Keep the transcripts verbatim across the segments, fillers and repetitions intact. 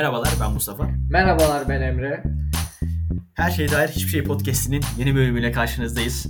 Merhabalar, ben Mustafa. Merhabalar, ben Emre. Her Şeye Dair Hiçbir Şey Podcast'inin yeni bölümüyle karşınızdayız.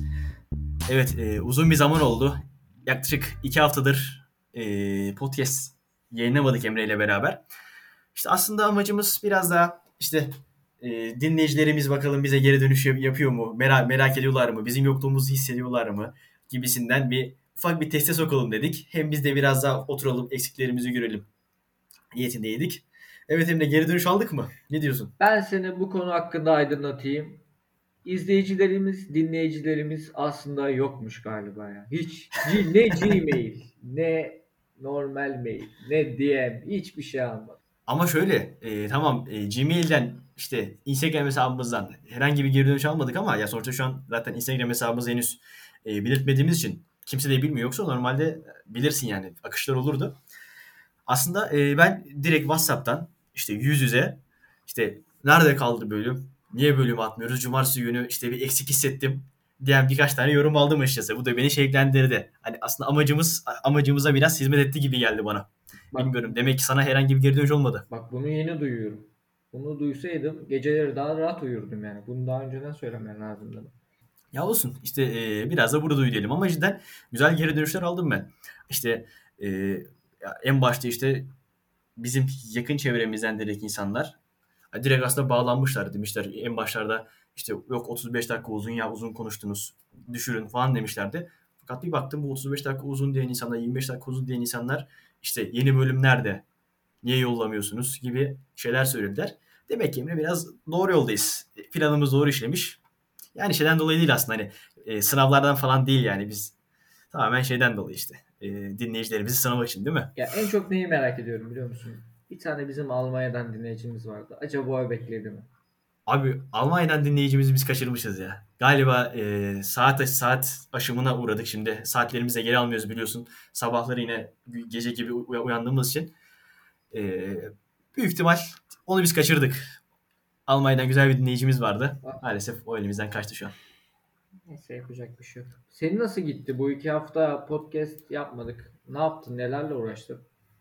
Evet, e, uzun bir zaman oldu. Yaklaşık iki haftadır e, podcast yayınlamadık Emre ile beraber. İşte aslında amacımız biraz daha işte e, dinleyicilerimiz bakalım bize geri dönüş yap- yapıyor mu, merak, merak ediyorlar mı, bizim yokluğumuzu hissediyorlar mı gibisinden bir ufak bir teste sokalım dedik. Hem biz de biraz daha oturalım, eksiklerimizi görelim niyetindeydik. Evet Emre, geri dönüş aldık mı? Ne diyorsun? Ben seni bu konu hakkında aydınlatayım. İzleyicilerimiz, dinleyicilerimiz aslında yokmuş galiba ya. Hiç G- ne Gmail, ne normal mail, ne D M, hiçbir şey almadım. Ama şöyle e, tamam e, Gmail'den işte Instagram hesabımızdan herhangi bir geri dönüş almadık ama ya sonuçta şu an zaten Instagram hesabımızı henüz e, belirtmediğimiz için kimse de bilmiyor. Yoksa normalde bilirsin yani akışlar olurdu. Aslında e, ben direkt WhatsApp'tan işte yüz yüze işte nerede kaldı bölüm? Niye bölüm atmıyoruz? Cumartesi günü işte bir eksik hissettim diyen birkaç tane yorum aldım açıkçası. Bu da beni şevklendirdi. Hani aslında amacımız amacımıza biraz hizmet etti gibi geldi bana. Bak, Bilmiyorum. Demek ki sana herhangi bir geri dönüş olmadı. bak bunu yeni duyuyorum. Bunu duysaydım geceleri daha rahat uyurdum yani. Bunu daha önceden söylemen lazımdı. Ya olsun işte e, biraz da burada duy diyelim ama cidden güzel geri dönüşler aldım ben. İşte e, ya en başta işte bizim yakın çevremizden direkt insanlar ha, direkt aslında bağlanmışlar demişler. En başlarda işte yok otuz beş dakika uzun ya uzun konuştunuz düşürün falan demişlerdi. Fakat bir baktım bu otuz beş dakika uzun diyen insanlar yirmi beş dakika uzun diyen insanlar işte yeni bölüm nerede? Niye yollamıyorsunuz gibi şeyler söylediler. Demek ki Emre biraz doğru yoldayız. Planımız doğru işlemiş. Yani şeyden dolayı değil aslında hani e, sınavlardan falan değil yani biz tamamen şeyden dolayı işte e, dinleyicilerimizi sınamak için değil mi? Ya en çok neyi merak ediyorum biliyor musun? Bir tane bizim Almanya'dan dinleyicimiz vardı. Acaba o bekledi mi? Abi Almanya'dan dinleyicimizi biz kaçırmışız ya. Galiba e, saat saat aşımına uğradık şimdi. Saatlerimizi de geri almıyoruz biliyorsun. Sabahları yine gece gibi uy- uyandığımız için. E, büyük ihtimal onu biz kaçırdık. Almanya'dan güzel bir dinleyicimiz vardı. Bak, Maalesef o elimizden kaçtı şu an. neyse yapacak bir şey yok. Senin nasıl gitti? Bu iki hafta podcast yapmadık. Ne yaptın? Nelerle uğraştın?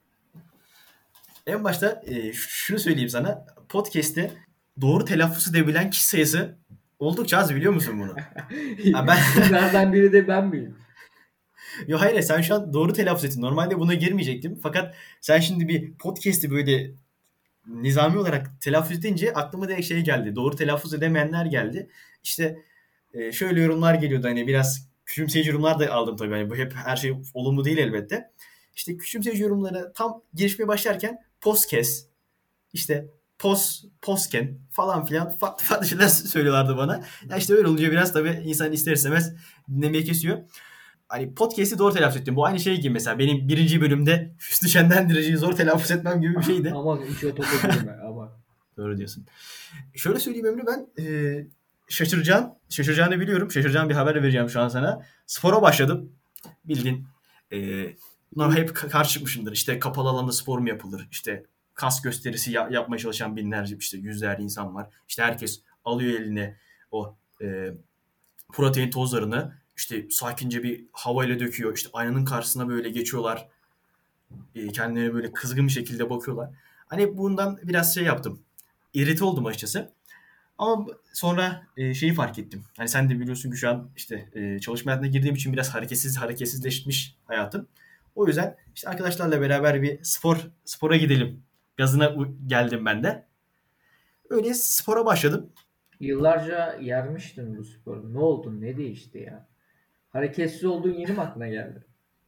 En başta e, şunu söyleyeyim sana. Podcast'te doğru telaffuz edebilen kişi sayısı oldukça az biliyor musun bunu? Ha ben Bunlardan biri de ben miyim? Yo hayır sen şu an doğru telaffuz ettin. Normalde buna girmeyecektim. Fakat sen şimdi bir podcast'i böyle nizami olarak telaffuz edince aklıma direkt şey geldi. Doğru telaffuz edemeyenler geldi. İşte e, şöyle yorumlar geliyordu hani biraz küçümseyici yorumlar da aldım tabii. Hani bu hep her şey olumlu değil elbette. İşte küçümseyici yorumlara tam girişmeye başlarken podcast işte pos, posken falan filan farklı farklı şeyler söylüyorlardı bana. Ya işte öyle olunca biraz tabii insan ister istemez dinlemeyi kesiyor. Hani podcast'i doğru telaffuz ettim. Bu aynı şey gibi mesela benim birinci bölümde Hüsnü Şen'den zor telaffuz etmem gibi bir şeydi. Aman içe topa girme aman. Doğru diyorsun. Şöyle söyleyeyim Emre ben e, şaşıracağın, şaşıracağını biliyorum. Şaşıracağın bir haber vereceğim şu an sana. Spora başladım. Bildiğin e, bunlar hep ka- karşı çıkmışımdır. İşte kapalı alanda spor mu yapılır? İşte kas gösterisi ya- yapmaya çalışan binlerce işte yüzlerce insan var. İşte herkes alıyor eline o e, protein tozlarını işte sakince bir havayla döküyor. İşte aynanın karşısına böyle geçiyorlar. E, kendilerine böyle kızgın bir şekilde bakıyorlar. Hani bundan biraz şey yaptım. İrite oldum açıkçası. Ama sonra e, şeyi fark ettim. Hani sen de biliyorsun ki şu an işte e, çalışma hayatına girdiğim için biraz hareketsiz hareketsizleşmiş hayatım. O yüzden işte arkadaşlarla beraber bir spor spora gidelim. Gazına u- geldim ben de. Öyle spora başladım. Yıllarca yermiştin bu sporu. Ne oldu? Ne değişti ya? Hareketsiz olduğun yeni mi aklına geldi?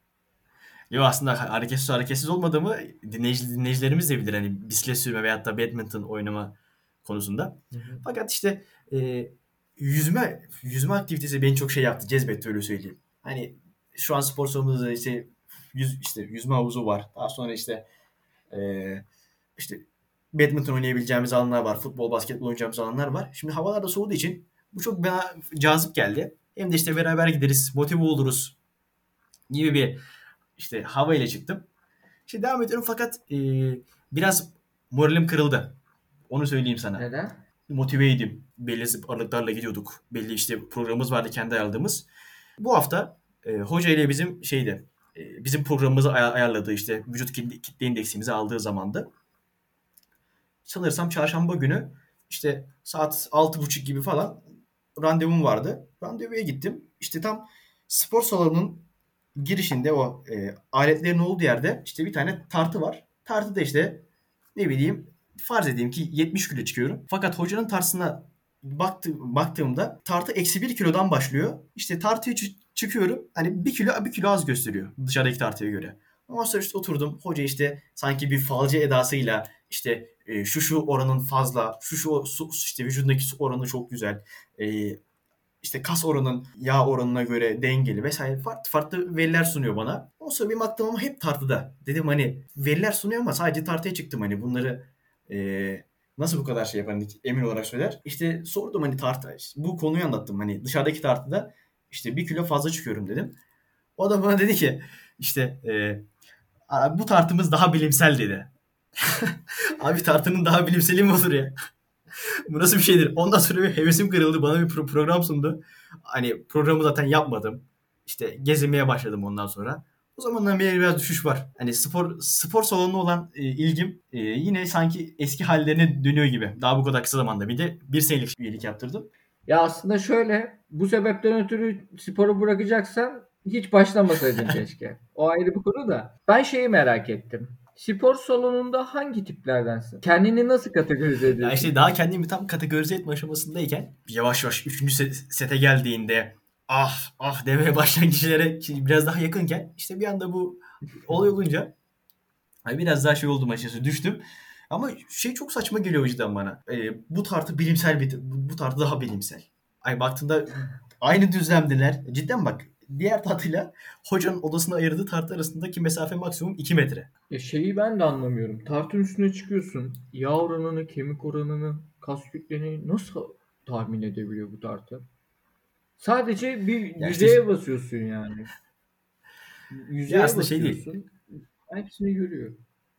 Yo aslında hareketsiz hareketsiz olmadığımı dinleyici, dinleyicilerimiz de bilir. Hani bisiklet sürme veyahut da badminton oynama konusunda. Hı hı. Fakat işte e, yüzme yüzme aktivitesi beni çok şey yaptı, cezbetti öyle söyleyeyim. Hani şu an spor salonumuzda işte yüz, işte yüzme havuzu var. Daha sonra işte e, işte badminton oynayabileceğimiz alanlar var. Futbol, basketbol oynayacağımız alanlar var. Şimdi havalar da soğuduğu için bu çok bana cazip geldi. Hem de işte beraber gideriz, motive oluruz gibi bir işte hava ile çıktım. İşte devam ediyorum fakat e, biraz moralim kırıldı. Onu söyleyeyim sana. Neden? Motiveydim. Belli aralıklarla gidiyorduk. Belli işte programımız vardı kendi ayarladığımız. Bu hafta e, hoca ile bizim şeydi. E, bizim programımızı ay- ayarladığı işte vücut kitle, kitle indeksimizi aldığı zamandı. Sanırsam çarşamba günü işte saat altı buçuk gibi falan randevum vardı. Randevuya gittim. İşte tam spor salonunun girişinde o e, aletlerin olduğu yerde işte bir tane tartı var. Tartıda işte ne bileyim farz edeyim ki yetmiş kilo çıkıyorum. Fakat hocanın tartısına baktı, baktığımda tartı eksi bir kilodan başlıyor. İşte tartıya çı- çıkıyorum. Hani bir kilo bir kilo az gösteriyor dışarıdaki tartıya göre. Ondan sonra işte oturdum. Hoca işte sanki bir falcı edasıyla işte e, şu şu oranın fazla, şu şu su, işte vücudundaki su oranı çok güzel. E, işte kas oranın yağ oranına göre dengeli vesaire farklı farklı veriler sunuyor bana. O sonra bir baktım ama hep tartıda. Dedim hani veriler sunuyor ama sadece tartıya çıktım hani bunları eee, nasıl bu kadar şey yapar hani emin olarak söyler. İşte sordum hani tartı bu konuyu anlattım hani dışarıdaki tartıda işte bir kilo fazla çıkıyorum dedim. O da bana dedi ki işte eee, bu tartımız daha bilimsel dedi. Abi tartının daha bilimseli mi olur ya? Bu nasıl bir şeydir? Ondan sonra bir hevesim kırıldı. Bana bir pro- program sundu. Hani programı zaten yapmadım. İşte gezinmeye başladım ondan sonra. O zamandan beri biraz düşüş var. Hani spor spor salonuna olan e, ilgim e, yine sanki eski hallerine dönüyor gibi. Daha bu kadar kısa zamanda. Bir de bir senelik üyelik yaptırdım. Ya aslında şöyle, bu sebepten ötürü sporu bırakacaksan hiç başlamasaydın keşke. O ayrı bir konu da. Ben şeyi merak ettim. Spor salonunda hangi tiplerdensin? Kendini nasıl kategorize Ya işte ediyorsun? daha kendimi tam kategorize etme aşamasındayken yavaş yavaş üçüncü sete geldiğinde ah ah demeye başlayan kişilere biraz daha yakınken işte bir anda bu olay olunca hani biraz daha şey oldum açıkçası düştüm. Ama şey çok saçma geliyor o yüzden bana. Ee, bu tartı bilimsel bir bu, bu tartı daha bilimsel. Ay baktığında aynı düzlemdeler. Cidden bak diğer tartıyla hocanın odasına ayırdığı tartı arasındaki mesafe maksimum iki metre. Ya şeyi ben de anlamıyorum. Tartın üstüne çıkıyorsun. Yağ oranını, kemik oranını, kas kütleni nasıl tahmin edebiliyor bu tartı? Sadece bir Ya işte yüzeye basıyorsun yani. ya Yüzeye aslında şey değil. basıyorsun. Hepsini görüyor.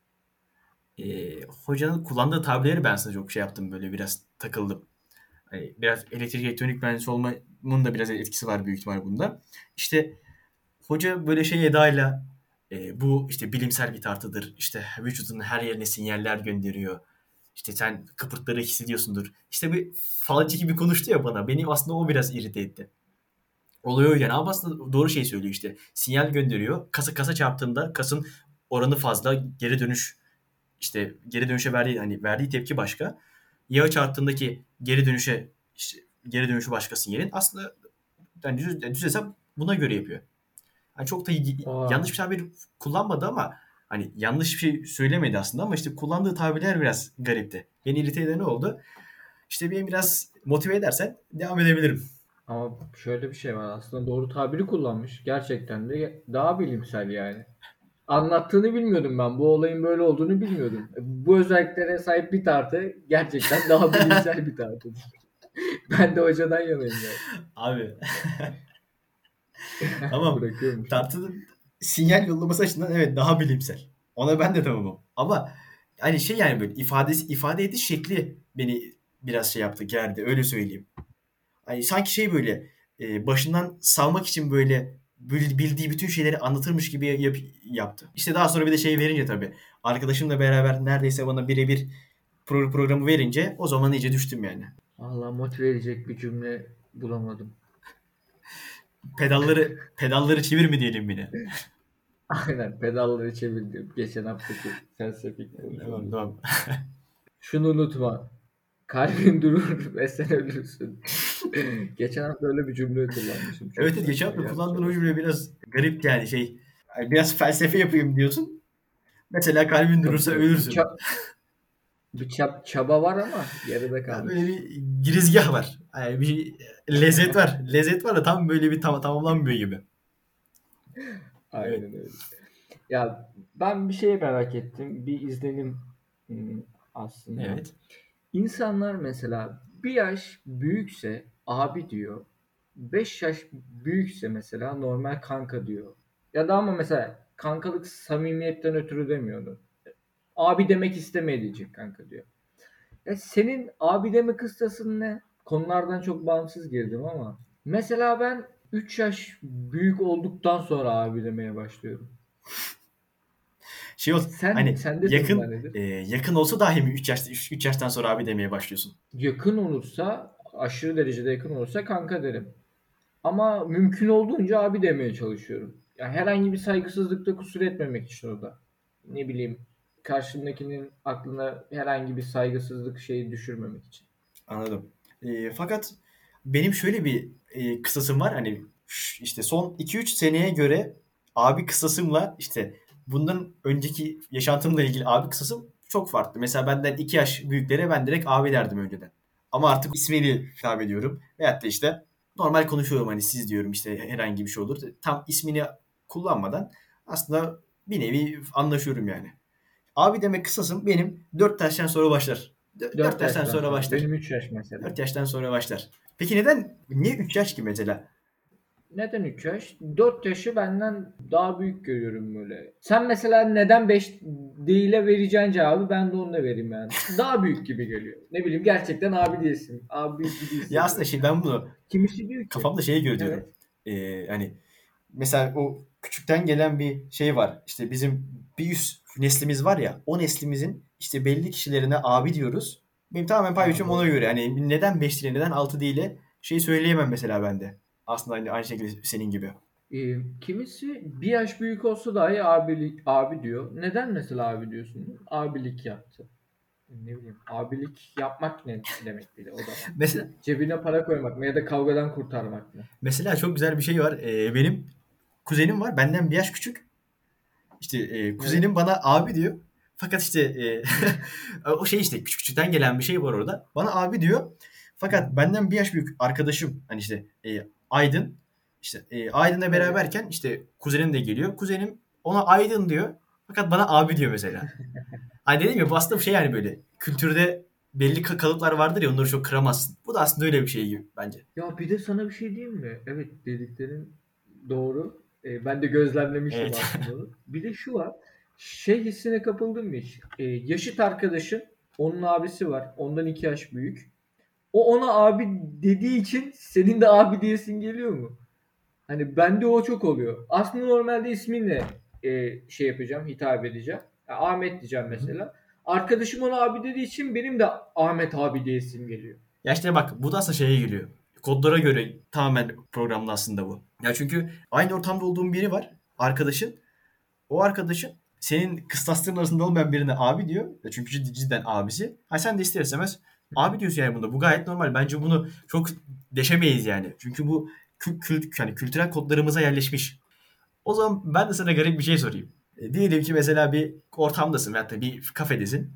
Ee, hocanın kullandığı tabirleri ben sana çok şey yaptım böyle biraz takıldım. Hani biraz elektrik elektronik mühendisi olmamın da biraz etkisi var büyük ihtimal bunda. İşte hoca böyle şey edayla e, bu işte bilimsel bir tartıdır. İşte vücudun her yerine sinyaller gönderiyor. İşte sen kıpırtları hissediyorsundur. İşte bir falcı gibi konuştu ya bana. Benim aslında o biraz irite etti. Oluyor yani ama aslında doğru şey söylüyor işte. Sinyal gönderiyor. Kasa kasa çarptığında kasın oranı fazla, geri dönüş işte geri dönüşe verdiği hani verdiği tepki başka. Yağa çarptığındaki geri dönüşe işte geri dönüşü başka sinyalin. Aslında yani düz, düz hesap buna göre yapıyor. Hani çok da yanlış Aa. bir tabir kullanmadı ama hani yanlış bir şey söylemedi aslında ama işte kullandığı tabirler biraz garipti. Beni irite eden ne oldu? İşte beni biraz motive edersen devam edebilirim. Ama şöyle bir şey var. Aslında doğru tabiri kullanmış. Gerçekten de daha bilimsel yani. Anlattığını bilmiyordum ben. Bu olayın böyle olduğunu bilmiyordum. Bu özelliklere sahip bir tartı gerçekten daha bilimsel bir tartıdır. Ben de hocadan yanayım yani. Abi tamam Bırakıyormuşum. tartının sinyal yollaması açısından evet daha bilimsel. Ona ben de tamamım. Ama hani şey yani böyle ifadesi ifade ediş şekli beni biraz şey yaptı gerdi öyle söyleyeyim. Hani sanki şey böyle e, başından salmak için böyle bil- bildiği bütün şeyleri anlatırmış gibi yap- yaptı. İşte daha sonra bir de şey verince tabii arkadaşımla beraber neredeyse bana birebir pro- programı verince o zaman iyice düştüm yani. Allah motive edecek bir cümle bulamadım. Pedalları pedalları çevir mi diyelim yine. Aynen pedalları çevirdim. Geçen haftaki felsefik Tamam konuşmamız. tamam. Şunu unutma. Kalbin durur ve sen ölürsün. Geçen hafta öyle bir cümle kullanmışım. Evet, Çok evet geçen saçma hafta gelmiş kullandığın o orası. cümle biraz garip yani şey. Yani biraz felsefe yapayım diyorsun. Mesela kalbin Tabii durursa tabii. Bir, ölürsün. ça- bir çab- çaba var ama yarıda Ya böyle kalmış. bir girizgah var. Yani bir lezzet var. Lezzet var da tam böyle bir tam tamamlanmıyor gibi. Evet. Aynen öyle. Ya ben bir şey merak ettim. Bir izlenim hmm, aslında. Evet. İnsanlar mesela bir yaş büyükse abi diyor. Beş yaş büyükse mesela normal kanka diyor. Ya da ama mesela kankalık samimiyetten ötürü demiyordu. Abi demek istemediği için kanka diyor. Ya senin abi deme kıstasın ne? Konulardan çok bağımsız girdim ama. Mesela ben üç yaş büyük olduktan sonra abi demeye başlıyorum. Şey olsun Sen hani sende durumlar yakın nedir? e, yakın olsa dahi mi üç yaş üç yaştan sonra abi demeye başlıyorsun? Yakın olursa, aşırı derecede yakın olursa kanka derim. Ama mümkün olduğunca abi demeye çalışıyorum. Ya herhangi bir saygısızlıkta kusur etmemek için orada. Ne bileyim, karşımdakinin aklına herhangi bir saygısızlık şeyi düşürmemek için. Anladım. E, fakat benim şöyle bir e, kısasım var. Hani ş- işte son iki üç seneye göre abi kısasımla işte bundan önceki yaşantımla ilgili abi kısasım çok farklı. Mesela benden iki yaş büyüklere ben direkt abi derdim önceden. Ama artık ismiyle hitap ediyorum. Veyahut da işte normal konuşuyorum, hani siz diyorum, işte herhangi bir şey olur. Tam ismini kullanmadan aslında bir nevi anlaşıyorum yani. Abi demek kısasım benim dört yaştan sonra başlar. Dört Dört yaştan yaştan sonra sonra. başlar. Benim üç yaş mesela. Dört yaştan sonra başlar. Peki neden? Niye üç yaş ki mesela? Neden üç yaş? Dört yaşı benden daha büyük görüyorum böyle. Sen mesela neden beş değil'e vereceğin cevabı ben de onunla vereyim yani. Daha büyük gibi geliyor. Ne bileyim, gerçekten abi diyesin. Abi gibi Ya aslında hissediyorum şey, yani. ben bunu Kimisi diyor ki kafamda şeye göre diyorum. evet. Ee, hani mesela o küçükten gelen bir şey var. İşte bizim bir üst neslimiz var ya. O neslimizin işte belli kişilerine abi diyoruz. Benim tamamen pay biçimim Abi ona oluyor. göre. Hani neden beş değil, neden altı değil şey söyleyemem mesela ben de. Aslında hani aynı şekilde senin gibi. Ee, kimisi bir yaş büyük olsa dahi abilik, abi diyor. Neden mesela abi diyorsun? Abilik yaptı. Ne bileyim, abilik yapmak ne demek bile, o da var. Mesela Cebine para koymak mı ya da kavgadan kurtarmak mı? mesela çok güzel bir şey var. Ee, benim kuzenim var. Benden bir yaş küçük. İşte e, Evet. kuzenim bana abi diyor. Fakat işte e, o şey, işte küçük küçükten gelen bir şey var orada. Bana abi diyor. Hı hı. Fakat benden bir yaş büyük arkadaşım, hani işte e, Aydın. İşte e, Aydın'la Evet. beraberken işte kuzenim de geliyor. Kuzenim ona Aydın diyor. Fakat bana abi diyor mesela. Hani dedim ya, bu aslında bir şey yani, böyle kültürde belli ka- kalıplar vardır ya, onları çok kıramazsın. Bu da aslında öyle bir şey gibi bence. Ya bir de sana bir şey diyeyim mi? Evet, dediklerin doğru. Ee, ben de gözlemlemiştim Evet. aslında onu. Bir de şu var. Şey hissine kapıldın mı hiç? Ee, yaşıt arkadaşın, onun abisi var. Ondan iki yaş büyük. O ona abi dediği için senin de abi diyesin geliyor mu? Hani bende o çok oluyor. Aslında normalde isminle e, şey yapacağım, hitap edeceğim. Ya Ahmet diyeceğim mesela. Arkadaşım ona abi dediği için benim de Ahmet abi diyesim geliyor. Ya işte bak, bu da aslında şeye geliyor. Kodlara göre tamamen programlı aslında bu. Ya çünkü aynı ortamda olduğun biri var. Arkadaşın. O arkadaşın senin kıstasların arasında olmayan birine abi diyor. Ya çünkü cid- cidden abisi. Ha sen de ister istemez abi diyorsun yani bunda. Bu gayet normal. Bence bunu çok deşemeyiz yani. Çünkü bu kül, kül, yani kültürel kodlarımıza yerleşmiş. O zaman ben de sana garip bir şey sorayım. E, diyelim ki mesela bir ortamdasın veyahut da bir kafedesin.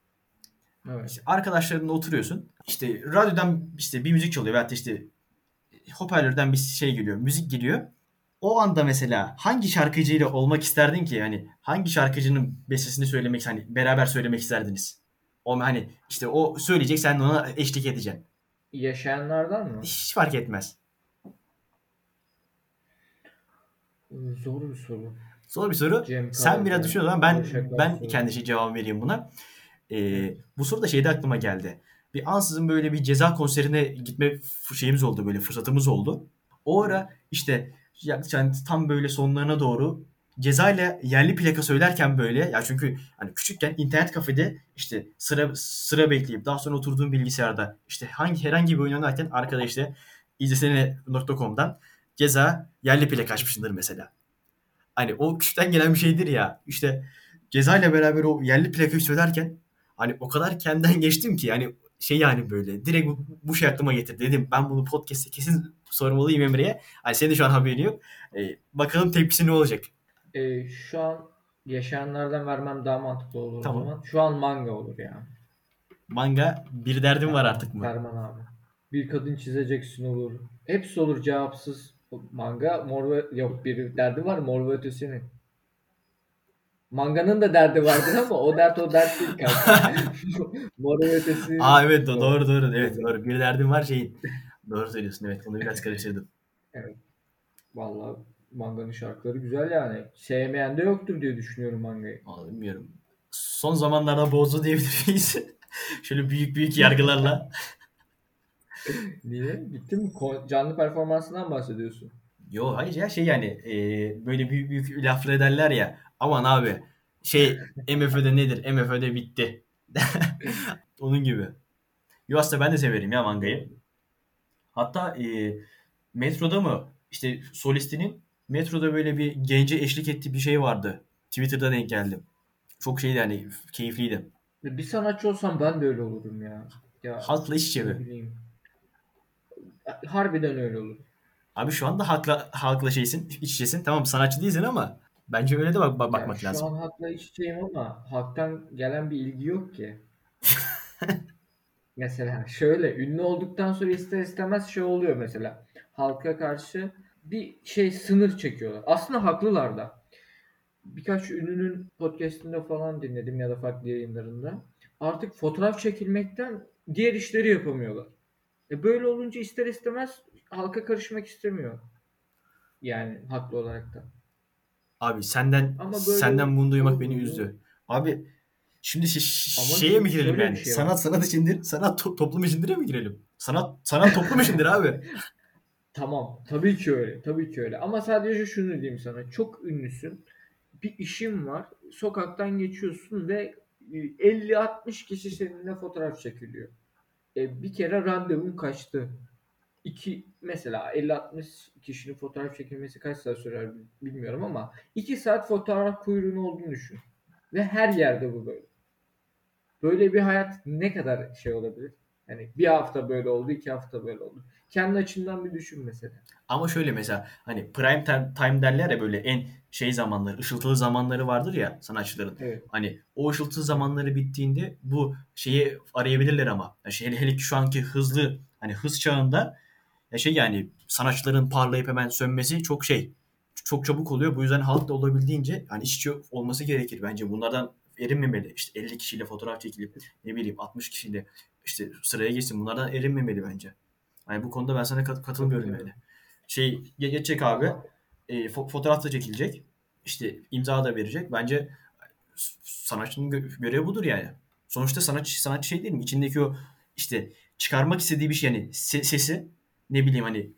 Evet. İşte arkadaşlarınla oturuyorsun. İşte radyodan işte bir müzik çalıyor veyahut da işte hoparlörden bir şey geliyor, müzik geliyor. O anda mesela hangi şarkıcıyla olmak isterdin ki? Hani hangi şarkıcının bestesini söylemek, hani beraber söylemek isterdiniz? O hani işte o söyleyecek, sen de ona eşlik edeceksin. Yaşayanlardan mı? Hiç fark etmez. Ee, Zor bir soru. Zor bir soru. Cem Sen biraz Karaca, düşün o zaman, ben Başak ben Aksu. kendi şey cevabı vereyim buna. Ee, Evet. bu soru da şeyde aklıma geldi. Bir ansızın böyle bir ceza konserine gitme f- şeyimiz oldu, böyle fırsatımız oldu. O Evet. ara işte ya- yani tam böyle sonlarına doğru Ceza ile yerli plaka söylerken böyle, ya çünkü hani küçükken internet kafede işte sıra sıra bekleyip daha sonra oturduğum bilgisayarda işte hangi herhangi bir oyun oynarken arkada işte izlesene nokta com'dan Ceza yerli plaka açmışındır mesela. Hani o küçükten gelen bir şeydir ya. İşte Ceza ile beraber o yerli plakayı söylerken hani o kadar kendimden geçtim ki, yani şey yani böyle direkt bu, bu şey aklıma getirdi. Dedim ben bunu podcast'te kesin sormalıyım Emre'ye. Hani senin de şu an haberin yok. Ee, bakalım tepkisi ne olacak. Ee, şu an yaşayanlardan vermem daha mantıklı olur o Tamam. zaman. Şu an manga olur ya. Manga bir derdim var Ferman, artık mı? Ferman abi. Bir kadın çizeceksin olur. Hepsi olur cevapsız manga. Mor ve yok, bir derdi var, Mor ve Ötesi'nin. Manganın da derdi vardır ama o dert o dert değil kanka. Mor ve Aa Ötesi'nin evet, do- o. doğru doğru, evet Burada. doğru, bir derdim var şeyin. Doğru söylüyorsun, evet, onu biraz karıştırdım. Evet. Vallahi manganın şarkıları güzel yani. Sevmeyen de yoktur diye düşünüyorum mangayı. Vallahi bilmiyorum. Son zamanlarda bozdu diyebilir miyiz? Şöyle büyük büyük yargılarla. Niye? Gitti mi? Kon- Canlı performansından bahsediyorsun. Yo hayır ya, şey yani e, böyle büyük büyük laflar ederler ya. Aman abi şey M F Ö'de nedir? M F Ö'de bitti. Onun gibi. Yo aslında ben de severim ya mangayı. Hatta e, metroda mı işte solistinin metroda böyle bir gence eşlik ettiği bir şey vardı. Twitter'da denk geldim. Çok şeydi yani keyifliydi. Bir sanatçı olsam ben de öyle olurum ya. Ya Halkla iç içe ne mi? bileyim. Harbiden öyle olur. Abi şu anda halkla, halkla şeysin, iç içesin. Tamam sanatçı değilsin ama bence öyle de bak, bak- Ya bakmak şu lazım. an halkla iç içeyim ama halktan gelen bir ilgi yok ki. Mesela şöyle ünlü olduktan sonra ister istemez şey oluyor mesela. Halka karşı bir şey sınır çekiyorlar. Aslında haklılar da. Birkaç ünlünün podcast'inde falan dinledim ya da farklı yayınlarında. Artık fotoğraf çekilmekten diğer işleri yapamıyorlar. E böyle olunca ister istemez halka karışmak istemiyor. Yani haklı olarak da. Abi senden Ama böyle ol- senden bunu duymak beni olunca üzdü. Abi şimdi şi- şi- ama şeye mi şimdi girelim şöyle bir yani? şey var. Sanat sanat içindir. Sanat to- toplum içindir mi girelim? Sanat sanat toplum içindir abi. Tamam. Tabii ki öyle. Tabii ki öyle. Ama sadece şunu diyeyim sana. Çok ünlüsün. Bir işin var. Sokaktan geçiyorsun ve e, elli altmış kişi seninle fotoğraf çekiliyor. E, bir kere randevun kaçtı. İki, mesela elli altmış kişinin fotoğraf çekilmesi kaç saat sürer bilmiyorum ama iki saat fotoğraf kuyruğunun olduğunu düşün. Ve her yerde bu böyle. Böyle bir hayat ne kadar şey olabilir? Hani bir hafta böyle oldu, iki hafta böyle oldu. Kendi açından bir düşün mesela. Ama şöyle mesela hani prime time, time derler ya böyle en şey zamanları, ışıltılı zamanları vardır ya sanatçıların. Evet. Hani o ışıltılı Evet. zamanları bittiğinde bu şeyi arayabilirler ama. Ya şey, hele, hele ki şu anki hızlı hani hız çağında ya şey yani sanatçıların parlayıp hemen sönmesi çok şey çok çabuk oluyor. Bu yüzden halk da olabildiğince hani iş içe olması gerekir bence. Bunlardan erinmemeli. İşte elli kişiyle fotoğraf çekilip ne bileyim altmış kişiyle işte sıraya geçsin. Bunlardan erinmemeli bence. Yani bu konuda ben sana kat- Tabii katılmıyorum yani. tabii. Şey geçecek abi. Ama E, fo- fotoğraf da çekilecek. İşte imza da verecek. Bence sanatçının gö- görevi budur yani. Sonuçta sanatçı sanatçı şey değil mi? İçindeki o işte çıkarmak istediği bir şey yani se- sesi ne bileyim hani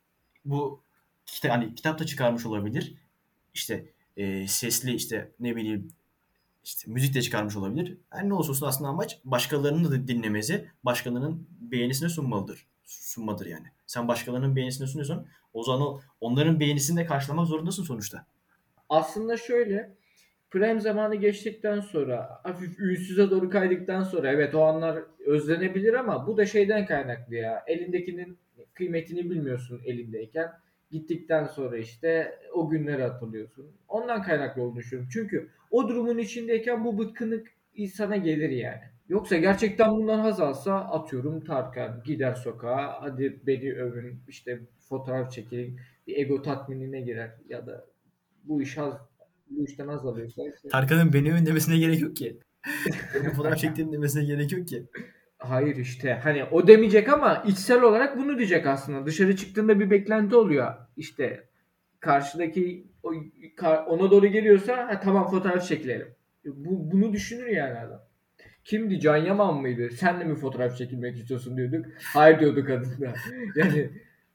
bu kita hani kitap da çıkarmış olabilir. İşte e, sesli işte ne bileyim işte müzik de çıkarmış olabilir. Her ne olursa olsun aslında amaç başkalarının da dinlemesi, başkalarının beğenisine sunmalıdır. Sunmadır yani. Sen başkalarının beğenisine sunuyorsan o zaman o, onların beğenisini de karşılamak zorundasın sonuçta. aslında şöyle prime zamanı geçtikten sonra hafif ünsüze doğru kaydıktan sonra evet o anlar özlenebilir ama bu da şeyden kaynaklı ya. Elindekinin kıymetini bilmiyorsun elindeyken. Gittikten sonra işte o günleri hatırlıyorsun. Ondan kaynaklı olduğunu düşünüyorum. Çünkü o durumun içindeyken bu bıkkınlık insana gelir yani. Yoksa gerçekten bundan haz alsa atıyorum Tarkan gider sokağa hadi beni övün işte fotoğraf çekin bir ego tatminine girer ya da bu iş haz, bu işten haz alıyorsa işte. Tarkan'ın beni övün demesine gerek yok ki. Benim fotoğraf çektiğim demesine gerek yok ki. Hayır işte hani o demeyecek ama içsel olarak bunu diyecek aslında. Dışarı çıktığında bir beklenti oluyor. İşte karşıdaki o, ona doğru geliyorsa ha, tamam fotoğraf çekilelim. Bu, bunu düşünür yani adam. Kimdi? Can Yaman mıydı? Sen de mi fotoğraf çekilmek istiyorsun diyorduk. Hayır diyordu kadın da. Yani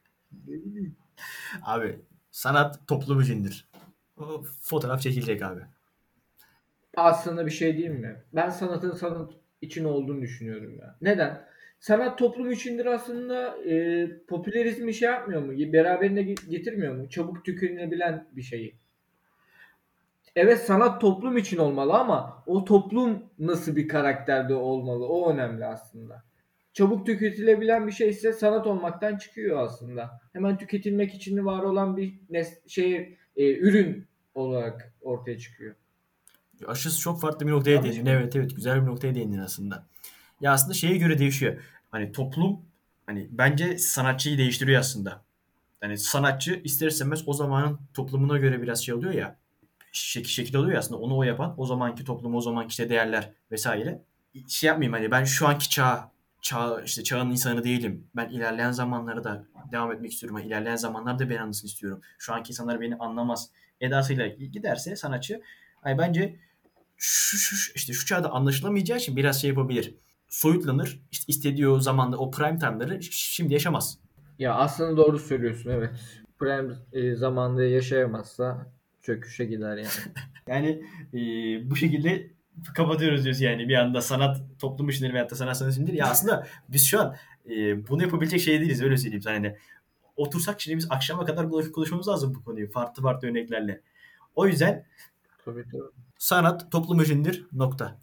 Abi sanat toplum içindir. O fotoğraf çekilecek abi. aslında bir şey diyeyim mi? Ben sanatın sanat için olduğunu düşünüyorum ya. Neden? Sanat toplum içindir aslında e, popülerizmi şey yapmıyor mu? Beraberinde ge- getirmiyor mu? Çabuk tükenilebilen bir şeyi. Evet sanat toplum için olmalı ama o toplum nasıl bir karakterde olmalı? O önemli aslında. Çabuk tüketilebilen bir şey ise sanat olmaktan çıkıyor aslında. Hemen tüketilmek için var olan bir nes- şey e, ürün olarak ortaya çıkıyor. Aşırı çok farklı bir noktaya Yanlış değindin. mıyım? Evet evet güzel bir noktaya değindin aslında. Ya aslında şeye göre değişiyor. Hani toplum hani bence sanatçıyı değiştiriyor aslında. Yani sanatçı ister istemez o zamanın toplumuna göre biraz şey oluyor ya. Şekil, şekil oluyor ya aslında onu o yapan o zamanki toplum o zamanki işte değerler vesaire. Şey yapmayayım hani ben şu anki çağ çağ işte çağın insanı değilim. Ben ilerleyen zamanlara da devam etmek istiyorum. Yani ilerleyen zamanlarda beni anlasın istiyorum. Şu anki insanlar beni anlamaz edasıyla giderse sanatçı hani bence şu, şu işte şu çağda anlaşılamayacağı için biraz şey yapabilir. Soyutlanır. İşte istediği o zamanda o prime time'ları şimdi yaşamaz. Ya aslında doğru söylüyorsun evet. Prime e, zamanında yaşayamazsa çöküşe gider yani. Yani e, bu şekilde kapatıyoruz diyoruz yani. Bir anda sanat toplum işleri veyahut da sanat sanat işleri. Ya aslında biz şu an e, bunu yapabilecek şey değiliz, öyle söyleyeyim sana. Hani otursak şimdi biz akşama kadar konuş- konuşmamız lazım bu konuyu. Farklı farklı örneklerle. O yüzden Tabii tabii. sanat toplum işindir. Nokta.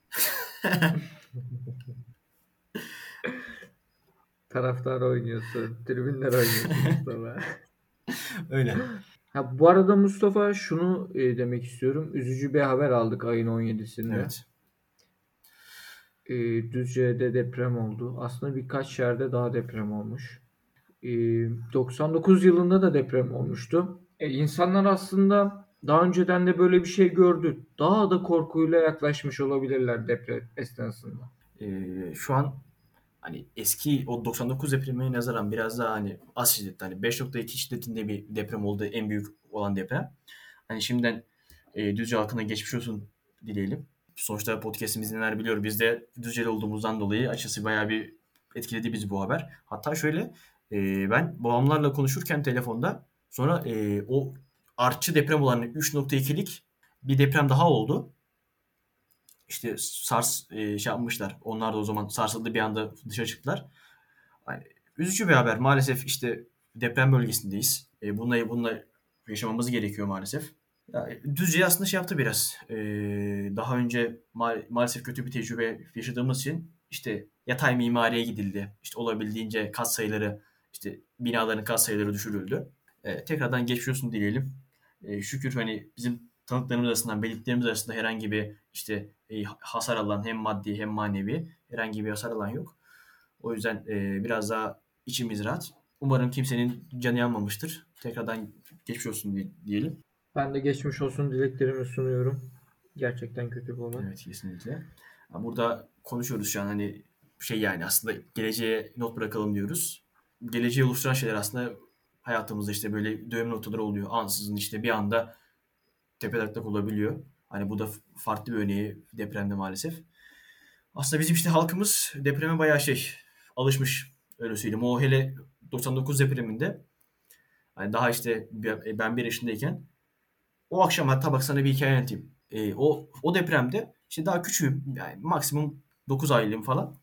Taraftar oynuyorsun, tribünler oynuyorsun Mustafa. Öyle. Ha, bu arada Mustafa şunu e, demek istiyorum. Üzücü bir haber aldık ayın on yedisinde. Evet. E, Düzce'de deprem oldu. Aslında birkaç yerde daha deprem olmuş. E, doksan dokuz yılında da deprem olmuştu. E, insanlar aslında daha önceden de böyle bir şey gördü. Daha da korkuyla yaklaşmış olabilirler deprem esnasında. E, şu an hani eski o doksan dokuz depremine nazaran biraz daha hani az şiddetli, hani beş nokta iki şiddetinde bir deprem oldu, en büyük olan deprem. Hani şimdiden e, Düzce halkına geçmiş olsun dileyelim. Sonuçta podcast'imiz dinler biliyor. Biz de Düzce'de olduğumuzdan dolayı açısı bayağı bir etkiledi bizi bu haber. Hatta şöyle e, ben babamlarla konuşurken telefonda sonra e, o artçı deprem olan üç nokta ikilik bir deprem daha oldu. İşte SARS e, şey yapmışlar. Onlar da o zaman sarsıldı, bir anda dışarı çıktılar. Yani üzücü bir haber. Maalesef işte deprem bölgesindeyiz. E, bununla, bununla yaşamamız gerekiyor maalesef. Ya, Düzce aslında şey yaptı biraz. E, daha önce ma- maalesef kötü bir tecrübe yaşadığımız için işte yatay mimariye gidildi. İşte olabildiğince kat sayıları, işte binaların kat sayıları düşürüldü. E, tekrardan geçmiş olsun dileyelim. E, şükür hani bizim tanıklarımız arasından, belirtilerimiz arasında herhangi bir işte e, hasar alan, hem maddi hem manevi herhangi bir hasar alan yok. O yüzden e, biraz daha içimiz rahat. Umarım kimsenin canı yanmamıştır. Tekrardan geçmiş olsun diyelim. Ben de geçmiş olsun dileklerimi sunuyorum. Gerçekten kötü bir olay. Evet, kesinlikle. Burada konuşuyoruz şu an, hani şey yani aslında geleceğe not bırakalım diyoruz. Geleceği oluşturan şeyler aslında hayatımızda işte böyle dönüm noktaları oluyor. Ansızın işte bir anda tepetaklak olabiliyor. Hani bu da farklı bir örneği depremde maalesef. Aslında bizim işte halkımız depreme bayağı şey alışmış, öyle söyleyeyim. O hele doksan dokuz depreminde, hani daha işte ben bir yaşındayken, o akşam hatta bak sana bir hikaye anlatayım. E, o o depremde işte daha küçüğüm, yani maksimum dokuz aylığım falan.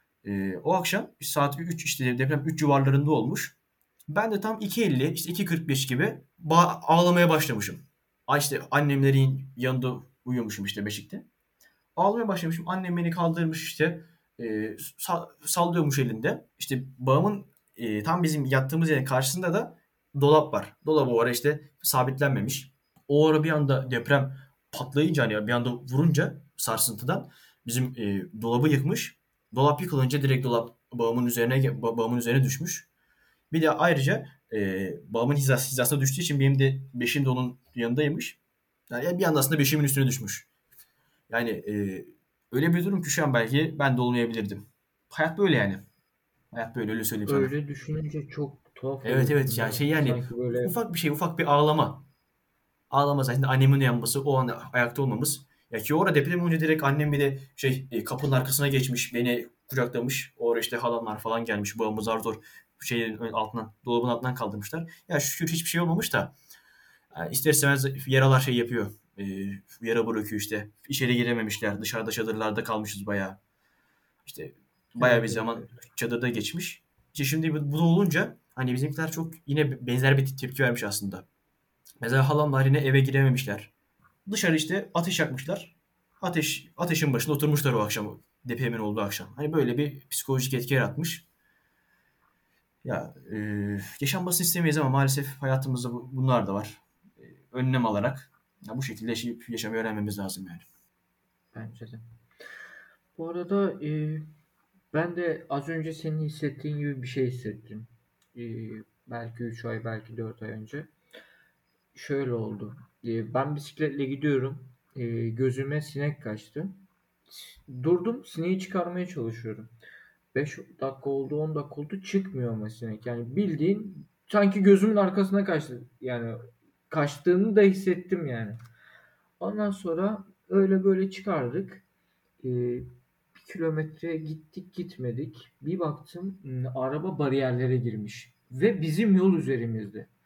E, o akşam saat üç, işte deprem üç civarlarında olmuş. Ben de tam iki elli, işte iki kırk beş gibi ba- ağlamaya başlamışım. Ay işte annemlerin yanında uyuyormuşum işte beşikte. Ağlamaya başlamışım. Annem beni kaldırmış işte. E, sa- sallıyormuş elinde. İşte babamın e, tam bizim yattığımız yerin karşısında da dolap var. Dolap o ara işte sabitlenmemiş. O ara bir anda deprem patlayınca, hani bir anda vurunca sarsıntıdan bizim e, dolabı yıkmış. Dolap yıkılınca direkt dolap babamın üzerine babamın üzerine düşmüş. Bir de ayrıca e, babamın hizası, hizasına düştüğü için benim de beşim de onun yanındaymış. Yani bir anda aslında beşimin üstüne düşmüş. Yani e, öyle bir durum ki şu an belki ben de olmayabilirdim. Hayat böyle yani. Hayat böyle, öyle söyleyeyim sana. Öyle düşününce çok tuhaf Evet evet, oluyorsun değil yani mi? şey yani Sanki böyle ufak bir şey, ufak bir ağlama. Ağlama zaten, annemin uyanması, o an ayakta olmamız. Ya ki orada deprem olunca direkt annem bir de şey e, kapının arkasına geçmiş, beni kucaklamış. Orada işte halamlar falan gelmiş, babamı zar zor şeyin altından, dolabın altından kaldırmışlar. Ya şükür hiçbir şey olmamış da yani ister istemez yaralar şey yapıyor. E, yara bırakıyor işte. İçeri girememişler. Dışarıda çadırlarda kalmışız bayağı. İşte bayağı bir evet evet zaman evet. çadırda geçmiş. İşte şimdi bu, bu da olunca hani bizimkiler çok yine benzer bir tepki vermiş aslında. Mesela halamlar yine eve girememişler. Dışarı işte ateş yakmışlar. Ateş ateşin başında oturmuşlar o akşam, depremin olduğu akşam. Hani böyle bir psikolojik etki yaratmış. Ya e, yaşanmasını istemeyiz ama maalesef hayatımızda bu- bunlar da var. E, önlem alarak ya bu şekilde yaşayıp yaşamayı öğrenmemiz lazım yani. Bence de. Bu arada e, ben de az önce senin hissettiğin gibi bir şey hissettim. E, belki üç ay belki dört ay önce. Şöyle oldu. E, ben bisikletle gidiyorum. E, gözüme sinek kaçtı. Durdum, sineği çıkarmaya çalışıyorum. beş dakika oldu, on dakika oldu, çıkmıyor ama sinek. Yani bildiğin sanki gözümün arkasına kaçtı. Yani kaçtığını da hissettim yani. Ondan sonra öyle böyle çıkardık. Ee, bir kilometre gittik gitmedik. Bir baktım araba bariyerlere girmiş. Ve bizim yol üzerimizde.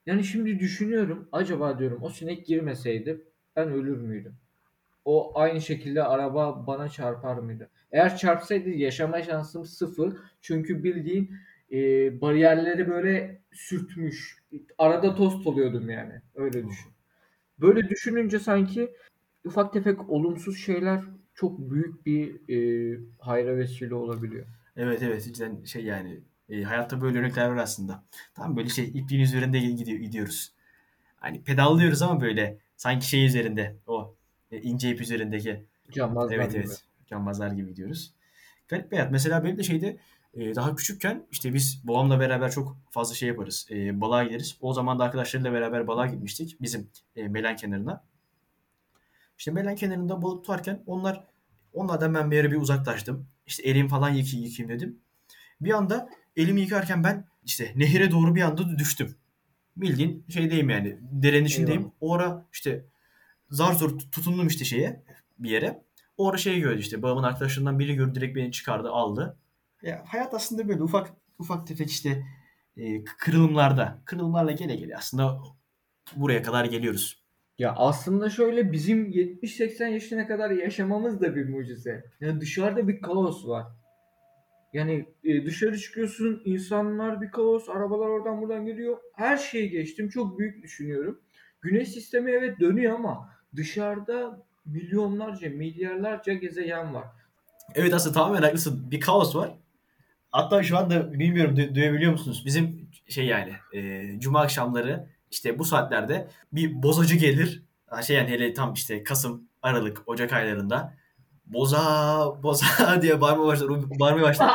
Yani şimdi düşünüyorum, acaba diyorum o sinek girmeseydi ben ölür müydüm? O aynı şekilde araba bana çarpar mıydı? Eğer çarpsaydı yaşama şansım sıfır. Çünkü bildiğin e, bariyerleri böyle sürtmüş. Arada tost oluyordum yani. Öyle düşün. Böyle düşününce sanki ufak tefek olumsuz şeyler çok büyük bir e, hayra vesile olabiliyor. Evet evet cidden şey yani e, hayatta böyle örnekler var aslında. Tam böyle şey ipliğin üzerinde gidiyor, gidiyoruz. Hani pedallıyoruz ama böyle sanki şey üzerinde o e, ince ip üzerindeki. Cambazlar Evet gibi. evet cambazlar gibi gidiyoruz. Garip bir hayat. Mesela benim de şeyde e, daha küçükken işte biz babamla beraber çok fazla şey yaparız. E, balığa gideriz. O zaman da arkadaşlarıyla beraber balığa gitmiştik. Bizim e, Melen kenarına. İşte Melen kenarında balık tutarken onlar onlardan ben bir yere bir uzaklaştım. İşte elimi falan yıkayayım, yıkayayım dedim. Bir anda elimi yıkarken ben işte nehire doğru bir anda düştüm. Bildiğin şeydeyim yani derenin Eyvah. içindeyim. O ara işte zar zor tutundum işte şeye bir yere. O ara şey gördü işte babamın arkadaşlarından biri gördü direkt beni çıkardı aldı. Ya hayat aslında böyle ufak ufak tefek işte e, kırılımlarda kırılımlarla gele gele aslında buraya kadar geliyoruz. Ya aslında şöyle, bizim yetmiş seksen yaşına kadar yaşamamız da bir mucize. Yani dışarıda bir kaos var. Yani e, dışarı çıkıyorsun, insanlar bir kaos, arabalar oradan buradan geliyor. Her şeyi geçtim, çok büyük düşünüyorum. Güneş sistemi evet dönüyor ama dışarıda milyonlarca, milyarlarca gezegen var. Evet aslında tamamen haklısın. Bir kaos var. Hatta şu anda bilmiyorum du- duyabiliyor musunuz? Bizim şey yani e, cuma akşamları işte bu saatlerde bir bozacı gelir. Ha, Şey yani hele tam işte Kasım, Aralık, Ocak aylarında boza boza diye bağırmaya başlar. Bağırmaya başlar.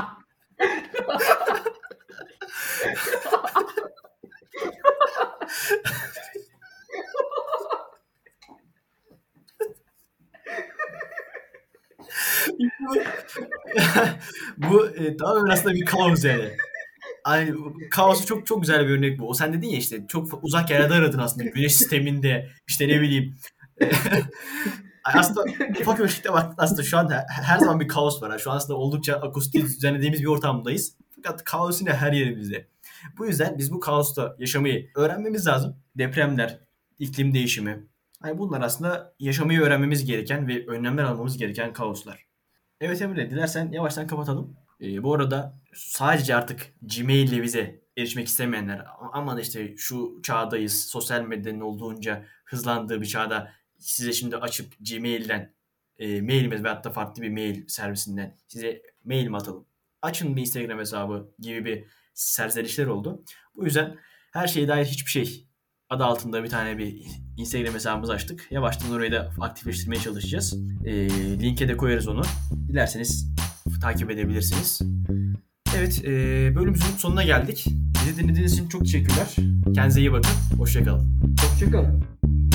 Bu e, tamamen aslında bir kaos yani. Hani kaosu çok çok güzel bir örnek bu. O sen dedin ya işte çok uzak yerlerde aradın aslında. Güneş sisteminde işte ne bileyim. Aslında ufak ölçekte bak aslında şu an her zaman bir kaos var. Şu an aslında oldukça akustik düzenlediğimiz bir ortamdayız. Fakat kaos yine her yerimizde. Bu yüzden biz bu kaosta yaşamayı öğrenmemiz lazım. Depremler, iklim değişimi. Hani bunlar aslında yaşamayı öğrenmemiz gereken ve önlemler almamız gereken kaoslar. Evet Emre, dilersen yavaştan kapatalım. Ee, bu arada sadece artık Gmail ile bize erişmek istemeyenler, ama işte şu çağdayız, sosyal medyanın olduğunca hızlandığı bir çağda size şimdi açıp Gmail'den e, mailimiz veyahut da farklı bir mail servisinden size mail mi atalım? Açın bir Instagram hesabı gibi bir serzenişler oldu. Bu yüzden her şeye dair hiçbir şey adı altında bir tane bir Instagram hesabımızı açtık. Yavaştan orayı da aktifleştirmeye çalışacağız. E, linke de koyarız onu. Dilerseniz takip edebilirsiniz. Evet, e, bölümümüzün sonuna geldik. Bizi dinlediğiniz için çok teşekkürler. Kendinize iyi bakın. Hoşça kalın. Hoşçakalın.